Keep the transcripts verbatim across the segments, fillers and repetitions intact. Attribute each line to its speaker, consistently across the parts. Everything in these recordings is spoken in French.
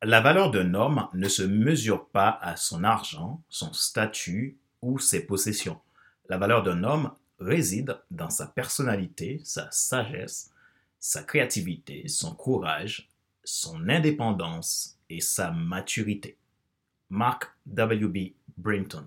Speaker 1: La valeur d'un homme ne se mesure pas à son argent, son statut ou ses possessions. La valeur d'un homme réside dans sa personnalité, sa sagesse, sa créativité, son courage, son indépendance et sa maturité. Mark W B. Brinton.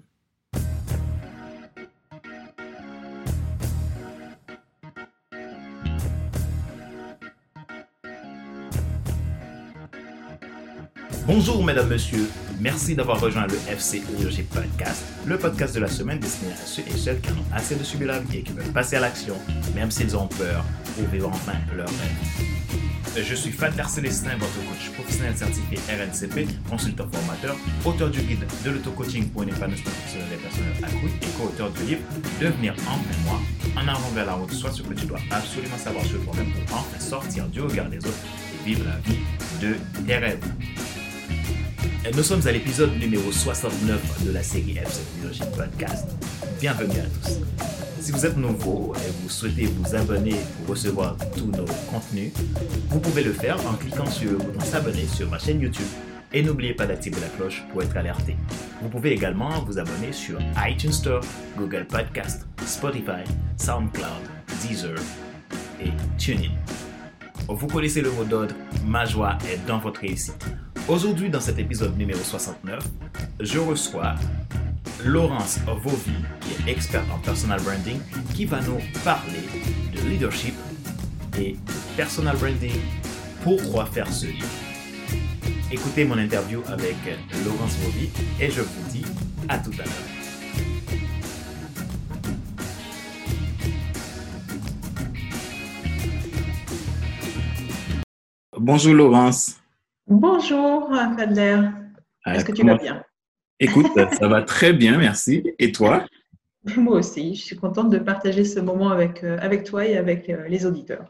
Speaker 1: Bonjour mesdames, messieurs, merci d'avoir rejoint le F C Leadership Podcast, le podcast de la semaine destiné à ceux et celles qui en ont assez de subir la vie et qui veulent passer à l'action, même s'ils ont peur, pour vivre enfin leur rêve. Je suis Fadler Célestin, votre coach professionnel certifié R N C P, consultant formateur, auteur du guide de l'auto-coaching pour une épanouissement professionnel et personnel accru et co-auteur du livre Devenir enfin moi, en avant vers la route, soit ce que tu dois absolument savoir sur toi-même pour enfin sortir du regard des autres et vivre la vie de tes rêves. Nous sommes à l'épisode numéro soixante-neuf de la série F C Leadership Podcast. Bienvenue à tous. Si vous êtes nouveau et vous souhaitez vous abonner pour recevoir tous nos contenus, vous pouvez le faire en cliquant sur le bouton s'abonner sur ma chaîne YouTube et n'oubliez pas d'activer la cloche pour être alerté. Vous pouvez également vous abonner sur iTunes Store, Google Podcast, Spotify, SoundCloud, Deezer et TuneIn. Vous connaissez le mot d'ordre, ma joie est dans votre réussite. Aujourd'hui, dans cet épisode numéro soixante-neuf, je reçois Laurence Vauvy, qui est experte en personal branding, qui va nous parler de leadership et de personal branding. Pourquoi faire ce livre? Écoutez mon interview avec Laurence Vauvy et je vous dis à tout à l'heure. Bonjour Laurence.
Speaker 2: Bonjour Fadler, est-ce
Speaker 1: Euh,
Speaker 2: que tu
Speaker 1: comment...
Speaker 2: vas bien?
Speaker 1: Écoute, ça va très bien, merci. Et toi?
Speaker 2: Moi aussi, je suis contente de partager ce moment avec, euh, avec toi et avec euh, les auditeurs.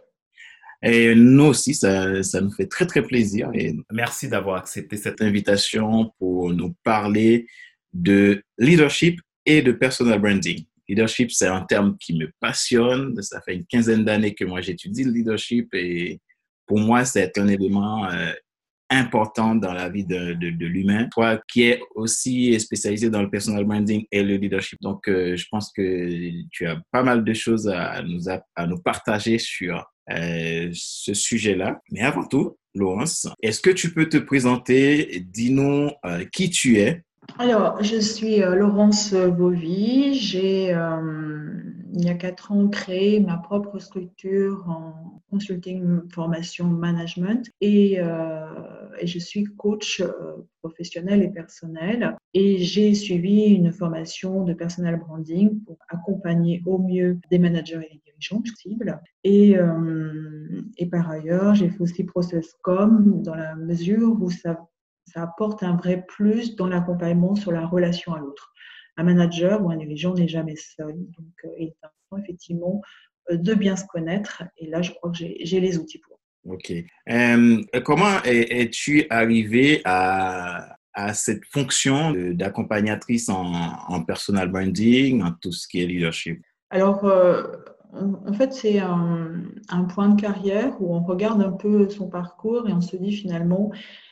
Speaker 1: Et nous aussi, ça, ça nous fait très, très plaisir. Et merci d'avoir accepté cette invitation pour nous parler de leadership et de personal branding. Leadership, c'est un terme qui me passionne. Ça fait une quinzaine d'années que moi, j'étudie le leadership et pour moi, c'est un élément euh, important dans la vie de, de, de l'humain. Toi qui es aussi spécialisé dans le personal branding et le leadership. Donc, euh, je pense que tu as pas mal de choses à nous, à nous partager sur euh, ce sujet-là. Mais avant tout, Laurence, est-ce que tu peux te présenter? Dis-nous euh, qui tu es.
Speaker 2: Alors, je suis euh, Laurence Vauvy. J'ai, euh, il y a quatre ans, créé ma propre structure en consulting, formation, management et, euh, et je suis coach euh, professionnel et personnel. Et j'ai suivi une formation de personal branding pour accompagner au mieux des managers et des dirigeants possibles. Et, euh, et par ailleurs, j'ai fait aussi Process Com dans la mesure où ça ça apporte un vrai plus dans l'accompagnement sur la relation à l'autre. Un manager ou un dirigeant n'est jamais seul. Donc, euh, il est important effectivement euh, de bien se connaître. Et là, je crois que j'ai, j'ai les outils pour.
Speaker 1: OK. Euh, comment es- es-tu arrivée à, à cette fonction de- d'accompagnatrice en, en personal branding, en tout ce qui est leadership?
Speaker 2: Alors, euh, en, en fait, c'est un, un point de carrière où on regarde un peu son parcours et on se dit finalement,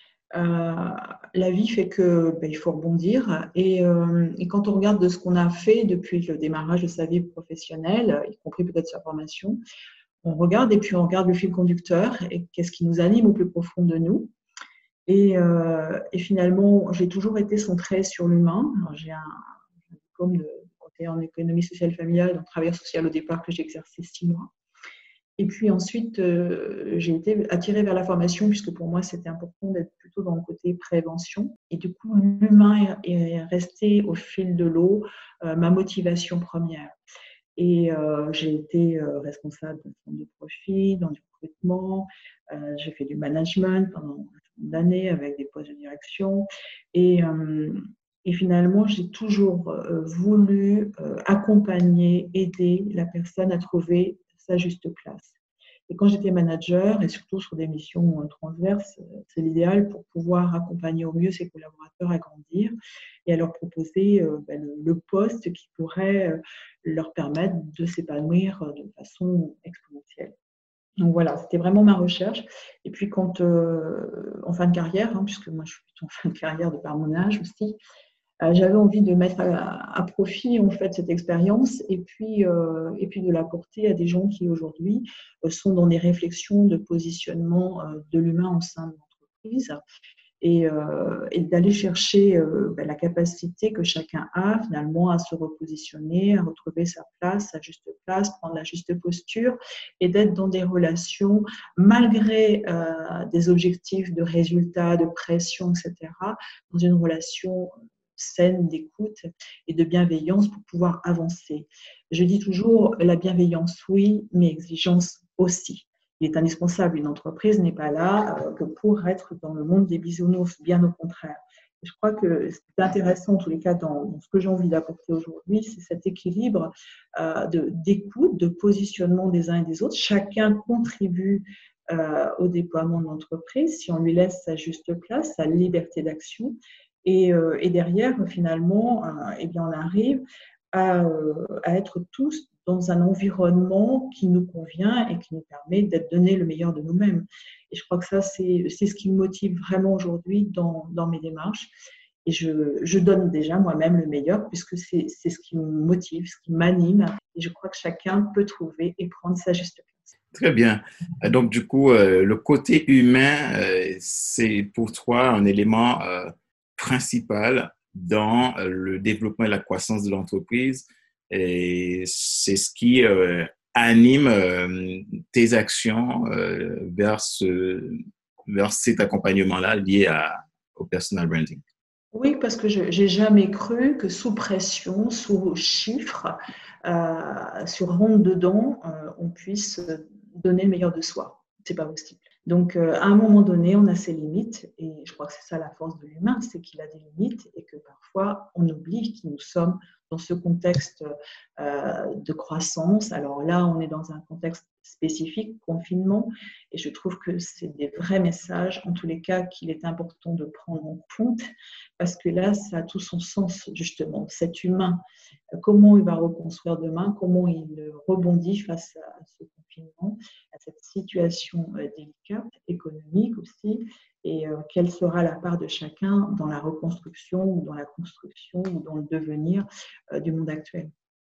Speaker 2: Euh, la vie fait que ben, il faut rebondir et, euh, et quand on regarde de ce qu'on a fait depuis le démarrage de sa vie professionnelle, y compris peut-être sa formation, on regarde et puis on regarde le fil conducteur et qu'est-ce qui nous anime au plus profond de nous. Et, euh, et finalement, j'ai toujours été centrée sur l'humain. Alors, j'ai un, un diplôme de côté en économie sociale familiale, donc travailleur social au départ que j'ai exercé six mois. Et puis ensuite, euh, j'ai été attirée vers la formation puisque pour moi, c'était important d'être plutôt dans le côté prévention. Et du coup, l'humain est, est resté au fil de l'eau euh, ma motivation première. Et euh, j'ai été euh, responsable d'un centre de profit, dans du recrutement. Euh, j'ai fait du management pendant un certain nombre d'années avec des postes de direction. Et, euh, et finalement, j'ai toujours euh, voulu euh, accompagner, aider la personne à trouver sa juste place. Et quand j'étais manager, et surtout sur des missions transverses, c'est l'idéal pour pouvoir accompagner au mieux ses collaborateurs à grandir et à leur proposer euh, ben, le, le poste qui pourrait euh, leur permettre de s'épanouir de façon exponentielle. Donc voilà, c'était vraiment ma recherche. Et puis quand, euh, en fin de carrière, hein, puisque moi je suis plutôt en fin de carrière de par mon âge aussi, euh, j'avais envie de mettre à, à profit en fait cette expérience et puis, euh, et puis de l'apporter à des gens qui aujourd'hui euh, sont dans des réflexions de positionnement euh, de l'humain au sein de l'entreprise. Et, euh, et d'aller chercher euh, ben, la capacité que chacun a finalement à se repositionner, à retrouver sa place, sa juste place, prendre la juste posture et d'être dans des relations malgré euh, des objectifs de résultats, de pression, et cetera, dans une relation saine d'écoute et de bienveillance pour pouvoir avancer. Je dis toujours la bienveillance, oui, mais exigence aussi. Il est indispensable. Une entreprise n'est pas là euh, que pour être dans le monde des bisounours, bien au contraire. Et je crois que ce qui est intéressant, en tous les cas, dans, dans ce que j'ai envie d'apporter aujourd'hui, c'est cet équilibre euh, de, d'écoute, de positionnement des uns et des autres. Chacun contribue euh, au déploiement de l'entreprise si on lui laisse sa juste place, sa liberté d'action. Et, euh, et derrière, finalement, euh, eh bien, on arrive à, euh, à être tous dans un environnement qui nous convient et qui nous permet d'être donné le meilleur de nous-mêmes. Et je crois que ça, c'est, c'est ce qui me motive vraiment aujourd'hui dans, dans mes démarches. Et je, je donne déjà moi-même le meilleur puisque c'est, c'est ce qui me motive, ce qui m'anime. Et je crois que chacun peut trouver et prendre sa juste place.
Speaker 1: Très bien. Donc, du coup, euh, le côté humain, euh, c'est pour toi un élément euh, principal dans euh, le développement et la croissance de l'entreprise. Et c'est ce qui euh, anime euh, tes actions euh, vers, ce, vers cet accompagnement-là lié à, au personal branding.
Speaker 2: Oui, parce que je n'ai jamais cru que sous pression, sous chiffres, euh, sur ronde dedans, euh, on puisse donner le meilleur de soi. C'est pas possible. Donc, euh, à un moment donné, on a ses limites, et je crois que c'est ça la force de l'humain, c'est qu'il a des limites et que parfois on oublie que nous sommes dans ce contexte euh, de croissance. Alors là, on est dans un contexte spécifique, confinement, et je trouve que c'est des vrais messages, en tous les cas, qu'il est important de prendre en compte, parce que là, ça a tout son sens, justement. Cet humain, comment il va reconstruire demain, comment il rebondit face à ce confinement, à cette situation délicate, économique aussi, et euh, quelle sera la part de chacun dans la reconstruction ou dans la construction ou dans le devenir euh, du monde actuel.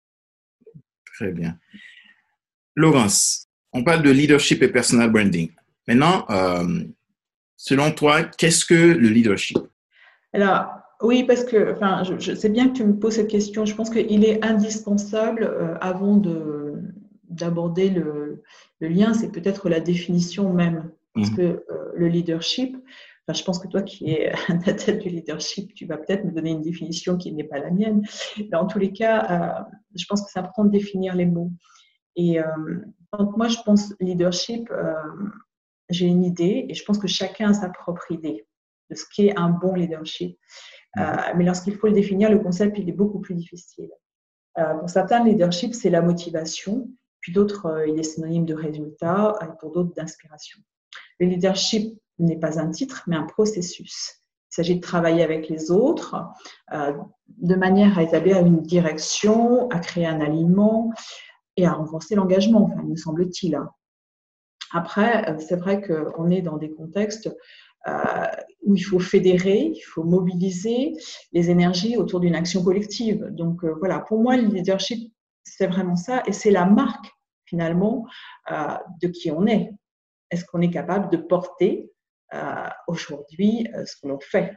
Speaker 1: Très bien. Laurence, on parle de leadership et personal branding. Maintenant, euh, selon toi, qu'est-ce que le leadership?
Speaker 2: Alors, oui, parce que enfin, je, je sais bien que tu me poses cette question. Je pense qu'il est indispensable, euh, avant de, d'aborder le, le lien, c'est peut-être la définition même. Parce
Speaker 1: Mm-hmm.
Speaker 2: que euh, le leadership, enfin, je pense que toi qui es un adepte du leadership, tu vas peut-être me donner une définition qui n'est pas la mienne. Mais en tous les cas, euh, je pense que c'est important de définir les mots. Et euh, quand moi je pense leadership, euh, j'ai une idée et je pense que chacun a sa propre idée de ce qu'est un bon leadership. Euh, mais lorsqu'il faut le définir, le concept il est beaucoup plus difficile. Euh, pour certains, le leadership, c'est la motivation, puis d'autres, euh, il est synonyme de résultat, et pour d'autres, d'inspiration. Le leadership n'est pas un titre, mais un processus. Il s'agit de travailler avec les autres, euh, de manière à établir une direction, à créer un alignement et à renforcer l'engagement, enfin, me semble-t-il. Après, c'est vrai qu'on est dans des contextes euh, où il faut fédérer, il faut mobiliser les énergies autour d'une action collective. Donc euh, voilà, pour moi, le leadership, c'est vraiment ça, et c'est la marque finalement euh, de qui on est. Est-ce qu'on est capable de porter euh, aujourd'hui euh, ce que l'on fait?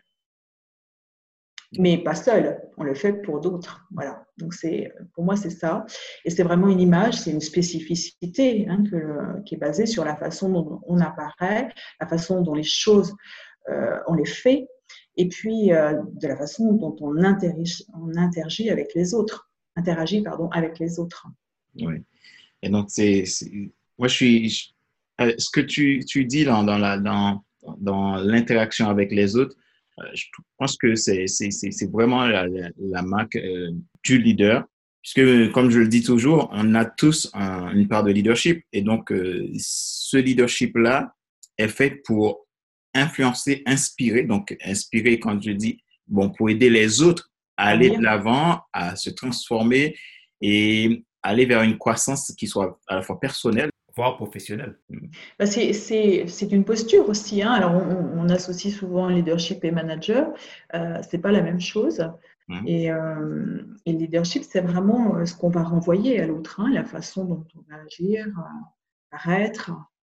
Speaker 2: Mais pas seul, on le fait pour d'autres. Voilà. Donc c'est, pour moi, c'est ça. Et c'est vraiment une image, c'est une spécificité hein, que, qui est basée sur la façon dont on apparaît, la façon dont les choses, euh, on les fait, et puis euh, de la façon dont on interagit, on interagit avec les autres. Interagit, pardon, avec les autres.
Speaker 1: Oui. Et donc, c'est, c'est, moi, je suis, je, ce que tu, tu dis dans, dans, la, dans, dans l'interaction avec les autres, je pense que c'est, c'est, c'est vraiment la, la, la marque euh, du leader, puisque, comme je le dis toujours, on a tous un, une part de leadership. Et donc, euh, ce leadership-là est fait pour influencer, inspirer. Donc, inspirer, quand je dis, bon, pour aider les autres à aller de l'avant, à se transformer et aller vers une croissance qui soit à la fois personnelle, voire professionnel.
Speaker 2: Ben c'est, c'est, c'est une posture aussi, hein. Alors, on, on associe souvent leadership et manager. Euh, c'est pas la même chose.
Speaker 1: Mhm.
Speaker 2: Et, euh, et le leadership, c'est vraiment ce qu'on va renvoyer à l'autre, hein, la façon dont on va agir, paraître,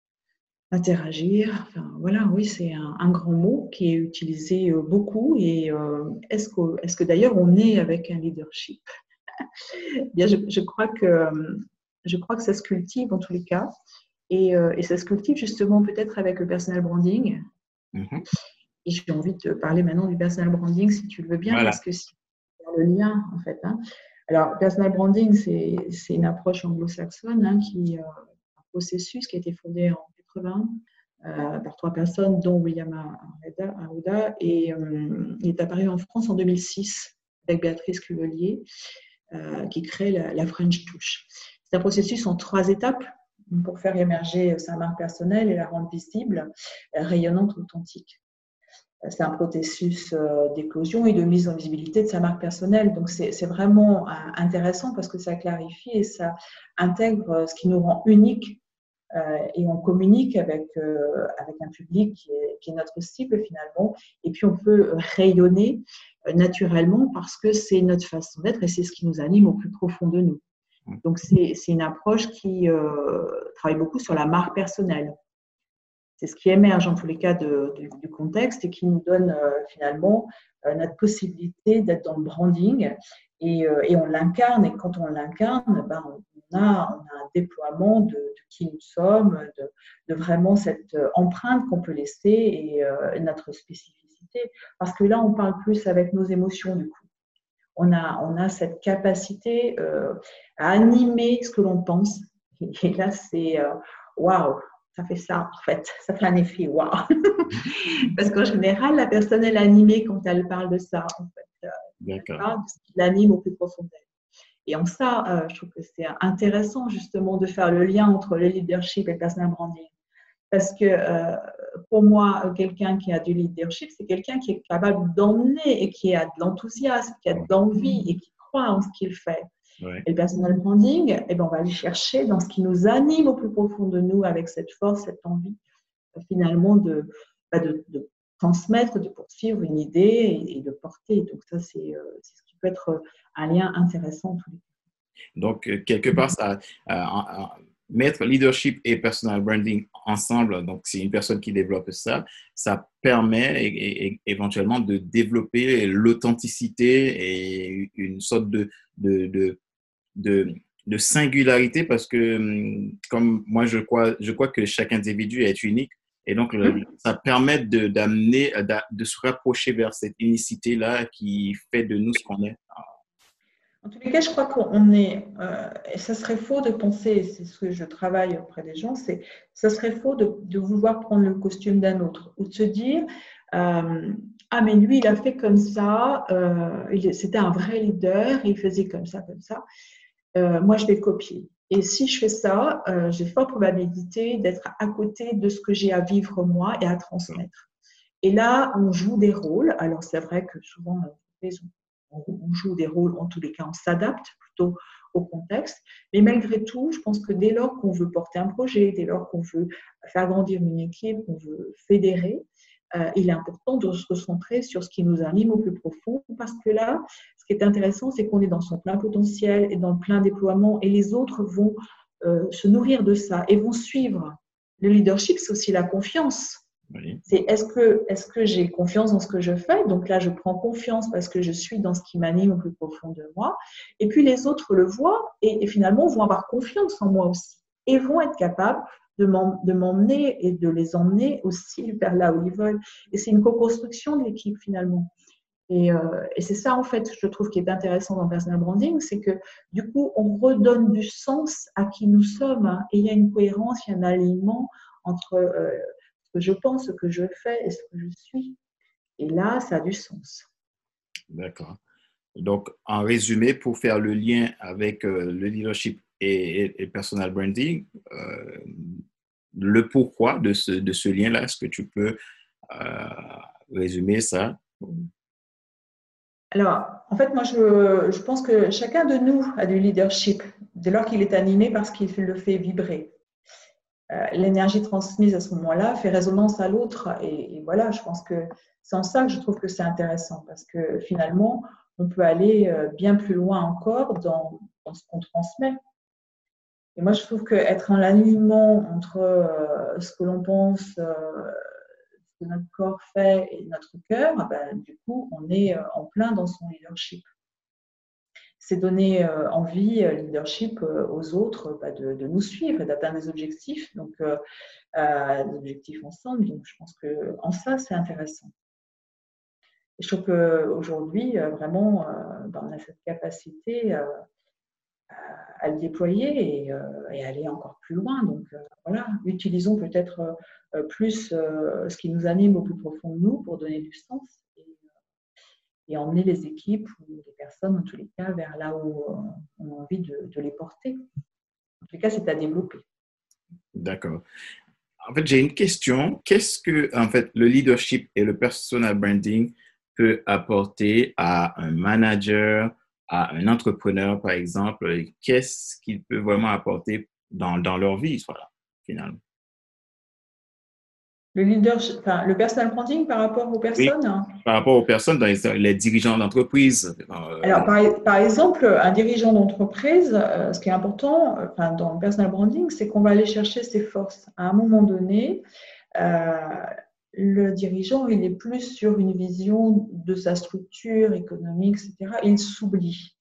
Speaker 2: interagir. Enfin, voilà, oui, c'est un, un grand mot qui est utilisé beaucoup. Et euh, est-ce que, est-ce que d'ailleurs on est avec un leadership? Bien, je, je crois que je crois que ça se cultive en tous les cas. Et, euh, et ça se cultive justement peut-être avec le personal branding.
Speaker 1: Mhm.
Speaker 2: Et j'ai envie de te parler maintenant du personal branding, si tu le veux bien,
Speaker 1: Voilà.
Speaker 2: parce que c'est le lien, en fait. Hein. Alors, personal branding, c'est, c'est une approche anglo-saxonne hein, qui euh, un processus qui a été fondé en quatre-vingts euh, par trois personnes, dont William Arruda, et euh, il est apparu en France en deux mille six avec Béatrice Cuvelier, euh, qui crée la, la French Touch. C'est un processus en trois étapes pour faire émerger sa marque personnelle et la rendre visible, rayonnante, authentique. C'est un processus d'éclosion et de mise en visibilité de sa marque personnelle. Donc, c'est, c'est vraiment intéressant parce que ça clarifie et ça intègre ce qui nous rend unique euh, et on communique avec, euh, avec un public qui est, qui est notre cible finalement. Et puis, on peut rayonner naturellement parce que c'est notre façon d'être et c'est ce qui nous anime au plus profond de nous. Donc, c'est, c'est une approche qui euh, travaille beaucoup sur la marque personnelle. C'est ce qui émerge en tous les cas de, du, du contexte et qui nous donne euh, finalement euh, notre possibilité d'être dans le branding et, euh, et on l'incarne. Et quand on l'incarne, ben, on, a, on a un déploiement de, de qui nous sommes, de, de vraiment cette empreinte qu'on peut laisser et euh, notre spécificité. Parce que là, on parle plus avec nos émotions du coup. On a, on a cette capacité euh, à animer ce que l'on pense. Et là, c'est waouh! Wow, ça fait ça, en fait. Ça fait un effet waouh! Parce qu'en général, la personne, elle est animée quand elle parle de ça. En fait. Elle parle de ce qui l'anime au plus profond d'elle. Et en ça, euh, je trouve que c'est intéressant justement de faire le lien entre le leadership et le personal branding. Parce que euh, pour moi, quelqu'un qui a du leadership, c'est quelqu'un qui est capable d'emmener et qui a de l'enthousiasme, qui a de l'envie et qui croit en ce qu'il fait. Ouais. Et le personal branding, eh ben, on va aller chercher dans ce qui nous anime au plus profond de nous avec cette force, cette envie finalement de, de, de transmettre, de poursuivre une idée et, et de porter. Donc ça, c'est, c'est ce qui peut être un lien intéressant. Tous les cas.
Speaker 1: Donc, quelque part, ça... Euh, euh, mettre leadership et personal branding ensemble, donc c'est une personne qui développe ça, ça permet et, et, éventuellement de développer l'authenticité et une sorte de, de, de, de, de singularité parce que, comme moi, je crois, je crois que chaque individu est unique et donc le, ça permet de, d'amener, de, de se rapprocher vers cette unicité-là qui fait de nous ce qu'on est.
Speaker 2: En tous les cas, je crois qu'on est, euh, et ça serait faux de penser, c'est ce que je travaille auprès des gens, c'est, ça serait faux de, de vouloir prendre le costume d'un autre ou de se dire, euh, ah mais lui il a fait comme ça, euh, il, c'était un vrai leader, il faisait comme ça, comme ça, euh, moi je vais copier. Et si je fais ça, euh, j'ai forte probabilité d'être à côté de ce que j'ai à vivre moi et à transmettre. Et là, on joue des rôles. Alors c'est vrai que souvent, on joue des rôles, en tous les cas, on s'adapte plutôt au contexte. Mais malgré tout, je pense que dès lors qu'on veut porter un projet, dès lors qu'on veut faire grandir une équipe, qu'on veut fédérer, euh, il est important de se concentrer sur ce qui nous anime au plus profond parce que là, ce qui est intéressant, c'est qu'on est dans son plein potentiel et dans le plein déploiement et les autres vont euh, se nourrir de ça et vont suivre. Le leadership, c'est aussi la confiance. Oui. C'est est-ce que, est-ce que j'ai confiance dans ce que je fais? Donc là, je prends confiance parce que je suis dans ce qui m'anime au plus profond de moi. Et puis les autres le voient et, et finalement vont avoir confiance en moi aussi et vont être capables de, m'em, de m'emmener et de les emmener aussi vers là où ils veulent. Et c'est une co-construction de l'équipe finalement. Et, euh, et c'est ça en fait, je trouve, qui est intéressant dans le personal branding, c'est que du coup, on redonne du sens à qui nous sommes hein, et il y a une cohérence, il y a un alignement entre euh, ce que je pense, ce que je fais et ce que je suis. Et là, ça a du sens.
Speaker 1: D'accord. Donc, en résumé, pour faire le lien avec euh, le leadership et, et, et personal branding, euh, le pourquoi de ce, de ce lien-là, est-ce que tu peux euh, résumer ça?
Speaker 2: Alors, en fait, moi, je, je pense que chacun de nous a du leadership dès lors qu'il est animé parce qu'il le fait vibrer. euh, l'énergie transmise à ce moment-là fait résonance à l'autre. Et, et voilà, je pense que c'est en ça que je trouve que c'est intéressant parce que finalement, on peut aller euh, bien plus loin encore dans, dans ce qu'on transmet. Et moi, je trouve qu'être en alignement entre euh, ce que l'on pense, euh, ce que notre corps fait et notre cœur, ben, du coup, on est euh, en plein dans son leadership. C'est donner euh, envie, euh, leadership euh, aux autres bah, de, de nous suivre et d'atteindre des objectifs, donc euh, euh, des objectifs ensemble. Donc, je pense qu'en ça, c'est intéressant. Et je trouve qu'aujourd'hui, euh, vraiment, euh, ben, on a cette capacité euh, à le déployer et, euh, et aller encore plus loin. Donc euh, voilà, utilisons peut-être euh, plus euh, ce qui nous anime au plus profond de nous pour donner du sens et, et emmener les équipes ou les personnes, en tous les cas, vers là où euh, on a envie de, de les porter. En tous les cas, c'est à développer.
Speaker 1: D'accord. En fait, j'ai une question. Qu'est-ce que, en fait, le leadership et le personal branding peut apporter à un manager, à un entrepreneur, par exemple? Qu'est-ce qu'il peut vraiment apporter dans, dans leur vie, voilà, finalement?
Speaker 2: Le leadership, enfin, le personal branding par rapport aux
Speaker 1: Oui,
Speaker 2: personnes.
Speaker 1: par rapport aux personnes, dans les, les dirigeants d'entreprise. Euh,
Speaker 2: Alors, par, par exemple, un dirigeant d'entreprise, euh, ce qui est important euh, enfin, dans le personal branding, c'est qu'on va aller chercher ses forces. À un moment donné, euh, le dirigeant, il est plus sur une vision de sa structure économique, et cetera. Il s'oublie.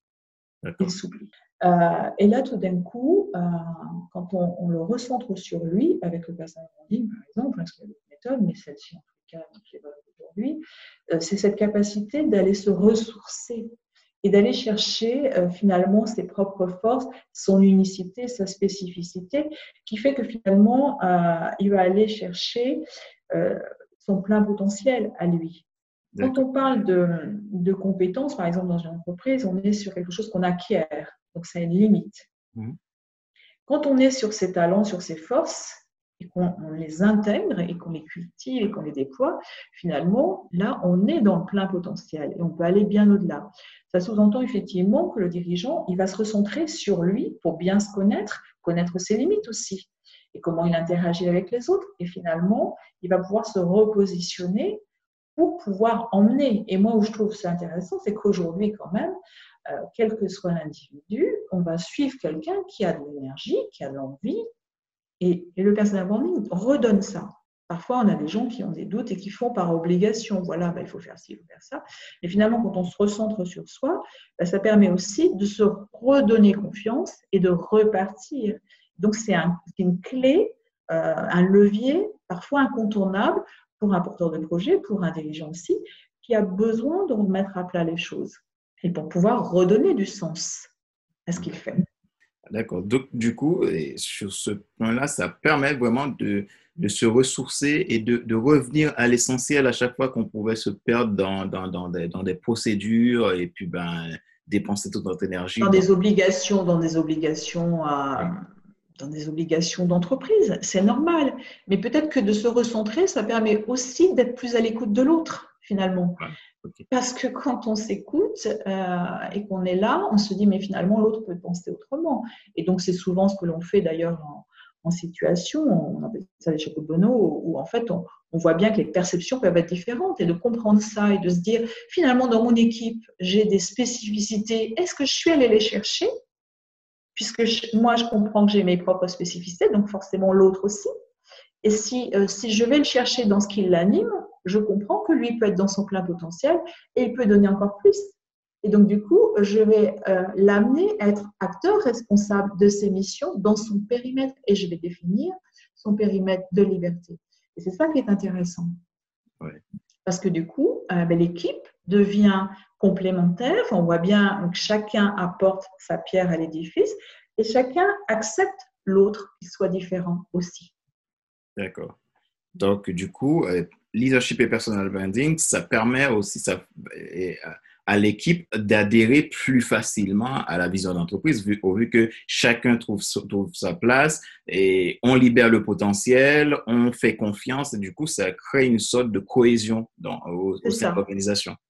Speaker 2: Il s'oublie. Euh, et là, tout d'un coup, euh, quand on, on le recentre sur lui, avec le personal branding, par exemple, parce qu'il y a d'autres méthodes, mais celle-ci, en tout cas, qui est aujourd'hui, euh, c'est cette capacité d'aller se ressourcer et d'aller chercher euh, finalement ses propres forces, son unicité, sa spécificité, qui fait que finalement, euh, il va aller chercher euh, son plein potentiel à lui. Quand on parle de, de compétences, par exemple, dans une entreprise, on est sur quelque chose qu'on acquiert, donc ça a une limite. Mmh. Quand on est sur ses talents, sur ses forces, et qu'on les intègre et qu'on les cultive et qu'on les déploie, finalement, là, on est dans le plein potentiel et on peut aller bien au-delà. Ça sous-entend effectivement que le dirigeant, il va se recentrer sur lui pour bien se connaître, connaître ses limites aussi et comment il interagit avec les autres. Et finalement, il va pouvoir se repositionner pour pouvoir emmener. Et moi, où je trouve ça intéressant, c'est qu'aujourd'hui, quand même, euh, quel que soit l'individu, on va suivre quelqu'un qui a de l'énergie, qui a de l'envie, et, et le personal branding redonne ça. Parfois, on a des gens qui ont des doutes et qui font par obligation. Voilà, ben, il faut faire ci, il faut faire ça. Et finalement, quand on se recentre sur soi, ben, ça permet aussi de se redonner confiance et de repartir. Donc, c'est un, une clé, euh, un levier, parfois incontournable, pour un porteur de projet, pour un dirigeant aussi, qui a besoin de remettre à plat les choses et pour pouvoir redonner du sens à ce qu'il fait.
Speaker 1: D'accord. Donc, du coup, sur ce point-là, ça permet vraiment de, de se ressourcer et de, de revenir à l'essentiel à chaque fois qu'on pouvait se perdre dans, dans, dans, des, dans des procédures et puis ben, dépenser toute notre énergie.
Speaker 2: Dans,
Speaker 1: dans
Speaker 2: des obligations, dans des obligations à... dans des obligations d'entreprise, c'est normal. Mais peut-être que de se recentrer, ça permet aussi d'être plus à l'écoute de l'autre, finalement. Ouais, okay. Parce que quand on s'écoute euh, et qu'on est là, on se dit, mais finalement, l'autre peut penser autrement. Et donc, c'est souvent ce que l'on fait d'ailleurs en, en situation, on appelle ça les chapeaux de Bono, où en fait, on, on voit bien que les perceptions peuvent être différentes et de comprendre ça et de se dire, finalement, dans mon équipe, j'ai des spécificités, est-ce que je suis allée les chercher ? Puisque je, moi, je comprends que j'ai mes propres spécificités, donc forcément l'autre aussi. Et si, euh, si je vais le chercher dans ce qui l'anime, je comprends que lui peut être dans son plein potentiel et il peut donner encore plus. Et donc, du coup, je vais euh, l'amener à être acteur responsable de ses missions dans son périmètre et je vais définir son périmètre de liberté. Et c'est ça qui est intéressant. Ouais. Parce que du coup, euh, ben, l'équipe devient complémentaire. On voit bien que chacun apporte sa pierre à l'édifice et chacun accepte l'autre qui soit différent aussi.
Speaker 1: D'accord. Donc, du coup, euh, leadership et personal branding, ça permet aussi ça, et, à l'équipe d'adhérer plus facilement à la vision d'entreprise, vu, au vu que chacun trouve, trouve sa place et on libère le potentiel, on fait confiance et du coup, ça crée une sorte de cohésion dans, au, au sein de l'organisation.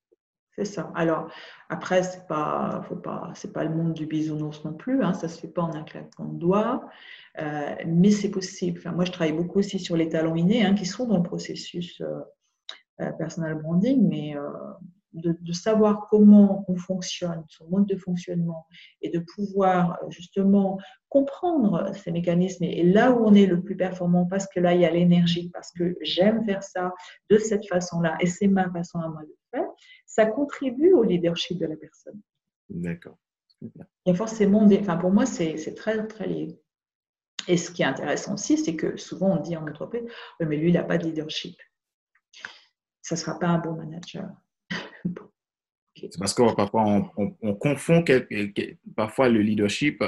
Speaker 2: C'est ça. Alors, après, c'est pas, faut pas, c'est pas le monde du bisounours non plus, hein, ça ne se fait pas en un claquement de doigts, euh, mais c'est possible. Enfin, moi, je travaille beaucoup aussi sur les talents innés hein, qui sont dans le processus euh, euh, personal branding, mais euh, de, de savoir comment on fonctionne, son mode de fonctionnement, et de pouvoir justement comprendre ces mécanismes et là où on est le plus performant, parce que là, il y a l'énergie, parce que j'aime faire ça de cette façon-là, et c'est ma façon à moi de faire, ça contribue au leadership de la personne.
Speaker 1: D'accord.
Speaker 2: Il y a forcément des... Enfin, pour moi, c'est, c'est très, très lié. Et ce qui est intéressant aussi, c'est que souvent, on dit en entreprise, oui, mais lui, il n'a pas de leadership. Ça ne sera pas un bon manager.
Speaker 1: C'est parce que parfois on, on, on confond quelque, quelque, parfois le leadership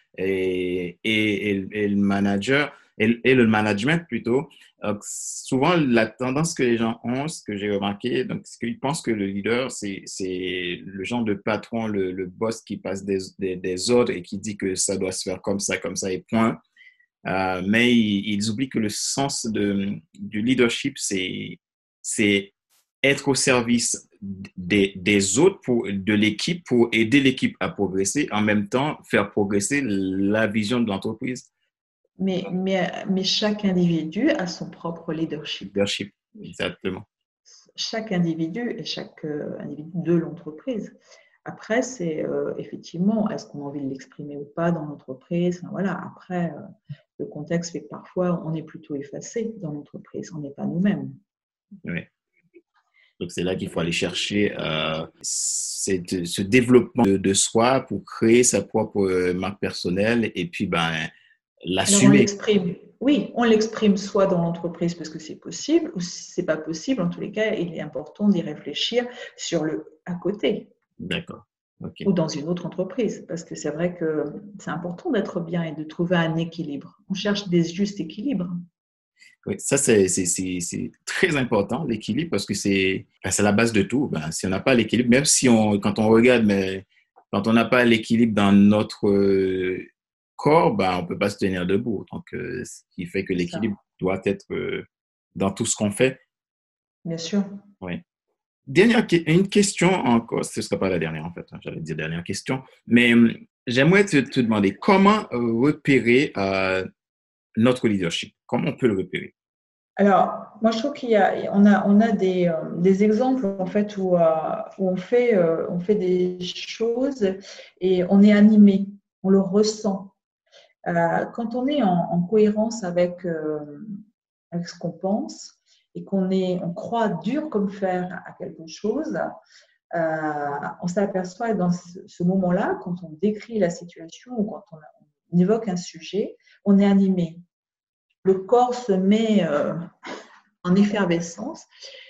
Speaker 1: et, et, et, et le manager et, et, le management plutôt. Donc, souvent, la tendance que les gens ont, ce que j'ai remarqué, donc, c'est qu'ils pensent que le leader, c'est, c'est le genre de patron, le, le boss qui passe des, des, des ordres et qui dit que ça doit se faire comme ça, comme ça et point. Euh, mais ils, ils oublient que le sens de, du leadership, c'est, c'est être au service des, des autres, pour, de l'équipe, pour aider l'équipe à progresser, en même temps faire progresser la vision de l'entreprise.
Speaker 2: Mais, mais, mais chaque individu a son propre leadership.
Speaker 1: Leadership, exactement.
Speaker 2: Chaque individu et chaque euh, individu de l'entreprise. Après, c'est euh, effectivement, est-ce qu'on a envie de l'exprimer ou pas dans l'entreprise? Enfin, voilà. Après, euh, le contexte fait que parfois, on est plutôt effacé dans l'entreprise, on n'est pas nous-mêmes.
Speaker 1: Oui. Donc, c'est là qu'il faut aller chercher euh, cette, ce développement de, de soi pour créer sa propre marque personnelle et puis ben, l'assumer.
Speaker 2: Alors, on l'exprime. Oui, on l'exprime soit dans l'entreprise parce que c'est possible, ou si ce n'est pas possible, en tous les cas, il est important d'y réfléchir sur le à côté.
Speaker 1: D'accord. Okay.
Speaker 2: Ou dans une autre entreprise, parce que c'est vrai que c'est important d'être bien et de trouver un équilibre. On cherche des justes équilibres.
Speaker 1: Oui, ça, c'est, c'est, c'est, c'est très important, l'équilibre, parce que c'est, ben, c'est la base de tout. Ben, si on n'a pas l'équilibre, même si on, quand on regarde, mais quand on n'a pas l'équilibre dans notre euh, corps, ben, on ne peut pas se tenir debout. Donc, euh, ce qui fait que l'équilibre doit être euh, dans tout ce qu'on fait.
Speaker 2: Bien sûr.
Speaker 1: Oui. Dernière, une question encore, ce ne sera pas la dernière en fait, j'allais dire dernière question, mais euh, j'aimerais te, te demander comment euh, repérer euh, notre leadership, comment on peut le repérer?
Speaker 2: Alors, moi je trouve qu'il y a, on a, on a des, euh, des exemples en fait où, euh, où on, fait, euh, on fait des choses et on est animé, on le ressent. Euh, quand on est en, en cohérence avec, euh, avec ce qu'on pense et qu'on est, on croit dur comme fer à quelque chose, euh, on s'aperçoit dans ce, ce moment-là, quand on décrit la situation ou quand on, on évoque un sujet, on est animé. Le corps se met euh, en effervescence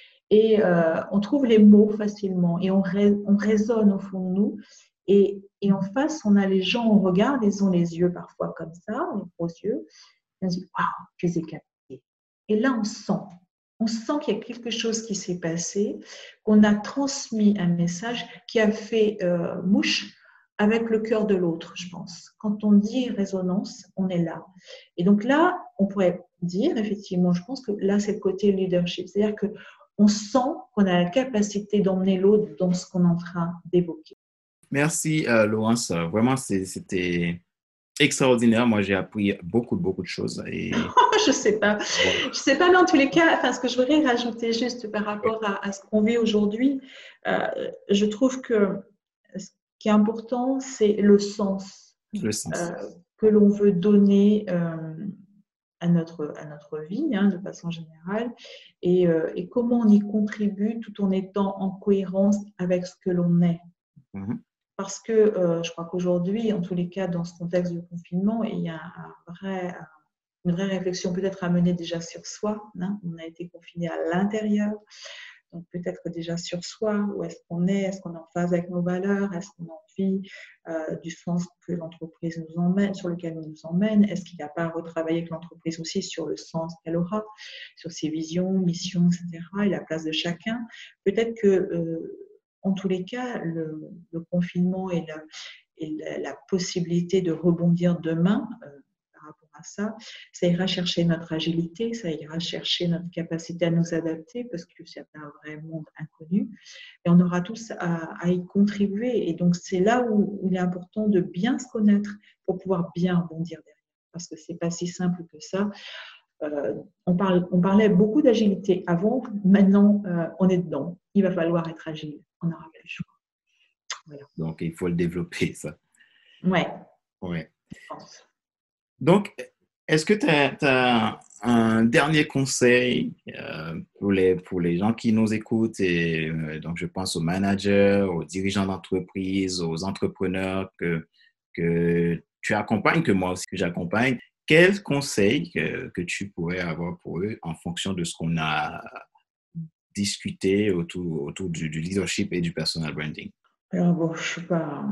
Speaker 2: et euh, on trouve les mots facilement et on, rais, on résonne au fond de nous. Et, et en face, on a les gens, on regarde, ils ont les yeux parfois comme ça, les gros yeux, et on se dit « Waouh, je les ai captés ». Et là, on sent, on sent qu'il y a quelque chose qui s'est passé, qu'on a transmis un message qui a fait euh, mouche avec le cœur de l'autre, je pense. Quand on dit résonance, on est là. Et donc là, on pourrait dire, effectivement, je pense que là, c'est le côté leadership. C'est-à-dire qu'on sent qu'on a la capacité d'emmener l'autre dans ce qu'on est en train d'évoquer.
Speaker 1: Merci, euh, Laurence. Vraiment, c'est, c'était extraordinaire. Moi, j'ai appris beaucoup, beaucoup de choses. Et...
Speaker 2: je ne sais pas. Ouais. Je ne sais pas, mais en tous les cas, enfin, ce que je voudrais rajouter juste par rapport ouais. à, à ce qu'on vit aujourd'hui, euh, je trouve que ce qui est important, c'est le sens,
Speaker 1: le sens.
Speaker 2: Euh, que l'on veut donner euh, à, notre, à notre vie, hein, de façon générale, et, euh, et comment on y contribue tout en étant en cohérence avec ce que l'on est. Mm-hmm. Parce que euh, je crois qu'aujourd'hui, en tous les cas, dans ce contexte de confinement, il y a un vrai, une vraie réflexion peut-être à mener déjà sur soi. Hein. On a été confiné à l'intérieur, donc peut-être déjà sur soi, où est-ce qu'on est, est-ce qu'on est en phase avec nos valeurs, est-ce qu'on a envie euh, du sens que l'entreprise nous emmène, sur lequel elle nous emmène, est-ce qu'il n'y a pas à retravailler avec l'entreprise aussi sur le sens qu'elle aura, sur ses visions, missions, et cetera, et la place de chacun. Peut-être que euh, en tous les cas, le, le confinement et, le, et la, la possibilité de rebondir demain euh, par rapport à ça. Ça ira chercher notre agilité, ça ira chercher notre capacité à nous adapter parce que c'est un vrai monde inconnu. Et on aura tous à, à y contribuer. Et donc, c'est là où, où il est important de bien se connaître pour pouvoir bien rebondir derrière. Parce que ce n'est pas si simple que ça. Euh, on, parle, on parlait beaucoup d'agilité avant, maintenant euh, on est dedans. Il va falloir être agile, on n'aura plus le choix.
Speaker 1: Voilà. Donc il faut le développer, ça.
Speaker 2: Ouais.
Speaker 1: Ouais. Donc, est-ce que tu as un dernier conseil euh, pour, les, pour les gens qui nous écoutent? Et euh, donc, je pense aux managers, aux dirigeants d'entreprise, aux entrepreneurs que, que tu accompagnes, que moi aussi que j'accompagne. Quels conseils que, que tu pourrais avoir pour eux en fonction de ce qu'on a discuté autour, autour du, du leadership et du personal branding?
Speaker 2: Alors bon, je ne sais pas,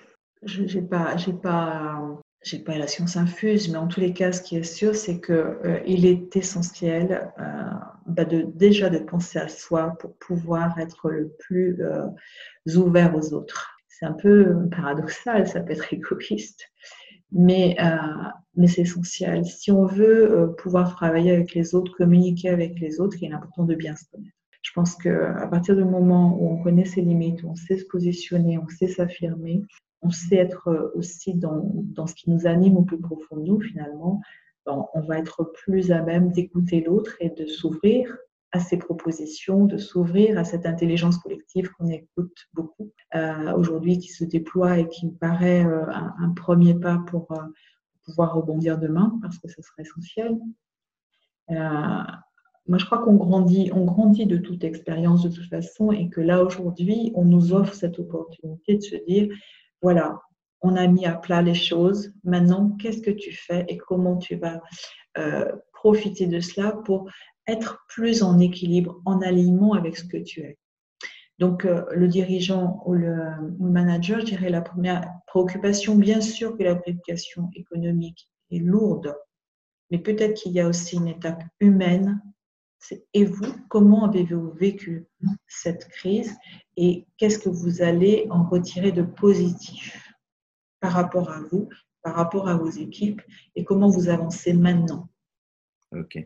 Speaker 2: je n'ai pas, j'ai pas, j'ai pas la science infuse, mais en tous les cas, ce qui est sûr, c'est qu'il euh, est essentiel euh, bah de, déjà de penser à soi pour pouvoir être le plus euh, ouvert aux autres. C'est un peu paradoxal, ça peut être égoïste, mais, euh, mais c'est essentiel. Si on veut euh, pouvoir travailler avec les autres, communiquer avec les autres, il est important de bien se connaître. Je pense qu'à partir du moment où on connaît ses limites, où on sait se positionner, on sait s'affirmer, on sait être aussi dans, dans ce qui nous anime au plus profond de nous, finalement, on va être plus à même d'écouter l'autre et de s'ouvrir à ses propositions, de s'ouvrir à cette intelligence collective qu'on écoute beaucoup euh, aujourd'hui, qui se déploie et qui me paraît euh, un, un premier pas pour euh, pouvoir rebondir demain, parce que ce serait essentiel. Euh, moi, je crois qu'on grandit, on grandit de toute expérience de toute façon, et que là, aujourd'hui, on nous offre cette opportunité de se dire, voilà, on a mis à plat les choses, maintenant, qu'est-ce que tu fais et comment tu vas euh, profiter de cela pour être plus en équilibre, en alignement avec ce que tu es. Donc, euh, le dirigeant ou le, ou le manager, je dirais la première préoccupation, bien sûr que la préoccupation économique est lourde, mais peut-être qu'il y a aussi une étape humaine. Et vous, comment avez-vous vécu cette crise et qu'est-ce que vous allez en retirer de positif par rapport à vous, par rapport à vos équipes et comment vous avancez maintenant?
Speaker 1: OK.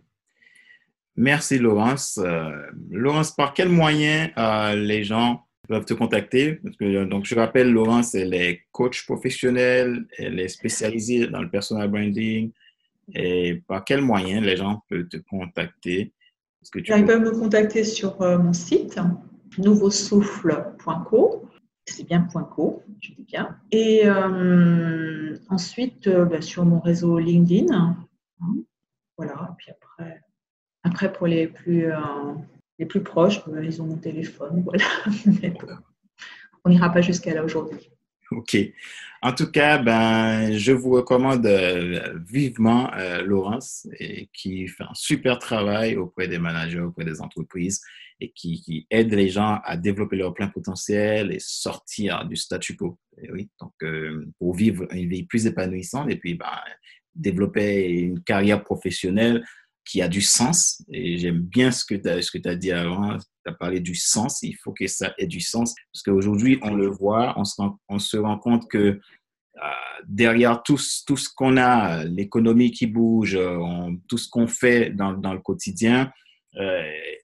Speaker 1: Merci, Laurence. Euh, Laurence, par quels moyens euh, les gens peuvent te contacter? Parce que, donc, je rappelle, Laurence, elle est coach professionnelle, elle est spécialisée dans le personal branding. Et par quels moyens les gens peuvent te contacter? Est-ce que tu
Speaker 2: Ils
Speaker 1: peux...
Speaker 2: peuvent me contacter sur euh, mon site, nouveau souffle point co. C'est bien .co, je dis bien. Et euh, ensuite, euh, bah, sur mon réseau LinkedIn. Hein, voilà. Et puis après, après pour les plus, euh, les plus proches, bah, ils ont mon téléphone. Voilà. Mais bon, on n'ira pas jusqu'à là aujourd'hui.
Speaker 1: OK. En tout cas, ben, je vous recommande euh, vivement euh, Laurence, et, qui fait un super travail auprès des managers, auprès des entreprises et qui, qui aide les gens à développer leur plein potentiel et sortir du statu quo. Et oui, donc, euh, pour vivre une vie plus épanouissante et puis ben, développer une carrière professionnelle qui a du sens. Et j'aime bien ce que tu as, ce que tu as dit avant. Tu as parlé du sens. Il faut que ça ait du sens. Parce qu'aujourd'hui, on le voit, on se rend, on se rend compte que euh, derrière tout, tout ce qu'on a, l'économie qui bouge, on, tout ce qu'on fait dans, dans le quotidien, euh,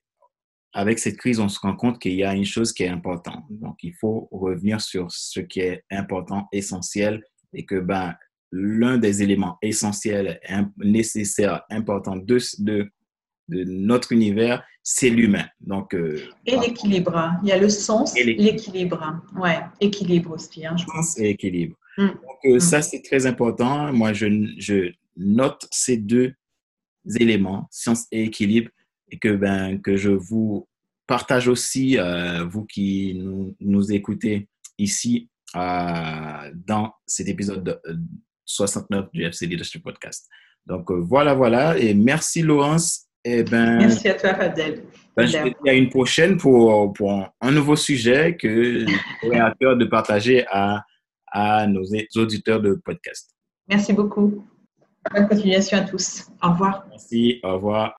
Speaker 1: avec cette crise, on se rend compte qu'il y a une chose qui est importante. Donc, il faut revenir sur ce qui est important, essentiel, et que ben, l'un des éléments essentiels, nécessaires, importants de, de, de notre univers, c'est l'humain. Donc, euh,
Speaker 2: et l'équilibre. Hein. Il y a le sens,
Speaker 1: et
Speaker 2: l'équilibre. Hein. Ouais, équilibre aussi. Hein, je
Speaker 1: sens et équilibre.
Speaker 2: Mmh.
Speaker 1: Donc, euh,
Speaker 2: mmh.
Speaker 1: ça, c'est très important. Moi, je, je note ces deux éléments, science et équilibre, et que, ben, que je vous partage aussi, euh, vous qui nous, nous écoutez ici euh, dans cet épisode soixante-neuf du F C Leadership Podcast. Donc, euh, voilà, voilà. Et merci, Laurence. Et ben,
Speaker 2: merci à toi, Fadel.
Speaker 1: Ben, je te dis à une prochaine pour, pour un, un nouveau sujet que j'aurai à cœur de partager à, à nos auditeurs de podcast.
Speaker 2: Merci beaucoup. Bonne continuation à tous. Au revoir.
Speaker 1: Merci, au revoir.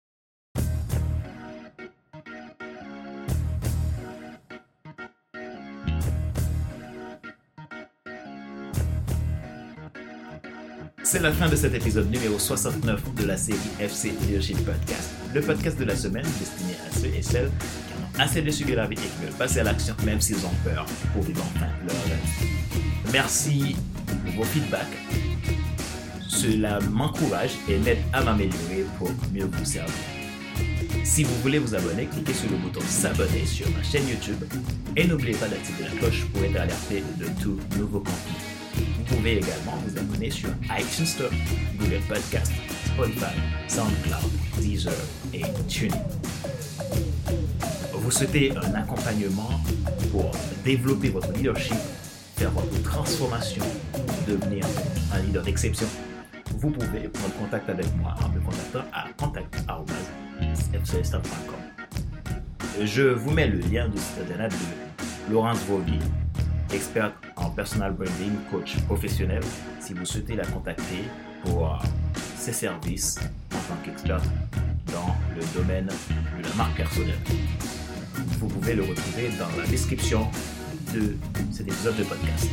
Speaker 1: C'est la fin de cet épisode numéro soixante-neuf de la série F C Leadership Podcast, le podcast de la semaine destiné à ceux et celles qui en ont assez de subir la vie et qui veulent passer à l'action même s'ils ont peur pour vivre enfin leur rêve. Merci pour vos feedbacks. Cela m'encourage et m'aide à m'améliorer pour mieux vous servir. Si vous voulez vous abonner, cliquez sur le bouton s'abonner sur ma chaîne YouTube et n'oubliez pas d'activer la cloche pour être alerté de tout nouveau contenu. Vous pouvez également vous abonner sur iTunes Store, Google Podcast, Spotify, SoundCloud, Deezer et TuneIn. Vous souhaitez un accompagnement pour développer votre leadership, faire votre transformation, devenir un leader d'exception? Vous pouvez prendre contact avec moi en me contactant à contact arobase f c s t a point com. Je vous mets le lien du site internet de Laurence Vogui, experte en personal branding, coach professionnel, si vous souhaitez la contacter pour ses services en tant qu'experte dans le domaine de la marque personnelle. Vous pouvez le retrouver dans la description de cet épisode de podcast.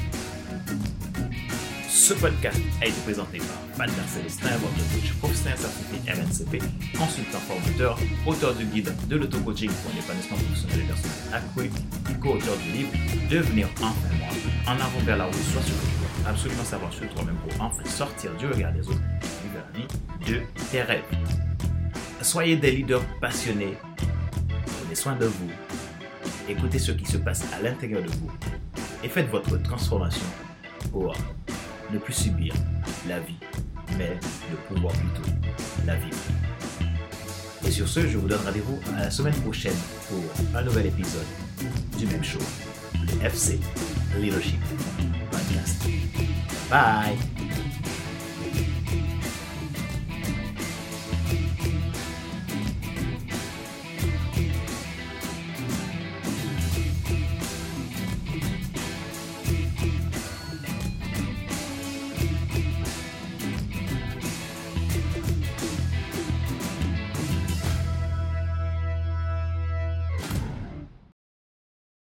Speaker 1: Ce podcast a été présenté par Fadlan Célestin, votre coach professionnel certifié R N C P, consultant formateur, auteur du guide de l'auto-coaching pour un épanouissement professionnel et personnel accru, et co-auteur du livre Devenir enfin moi, en avant vers la route, soit sur le toit, absolument savoir sur toi-même pour enfin sortir du regard des autres et vivre la vie de tes rêves. Soyez des leaders passionnés, prenez soin de vous, écoutez ce qui se passe à l'intérieur de vous et faites votre transformation pour ne plus subir la vie, mais de pouvoir plutôt la vivre. Et sur ce, je vous donne rendez-vous à la semaine prochaine pour un nouvel épisode du même show, le F C Leadership Podcast. Bye!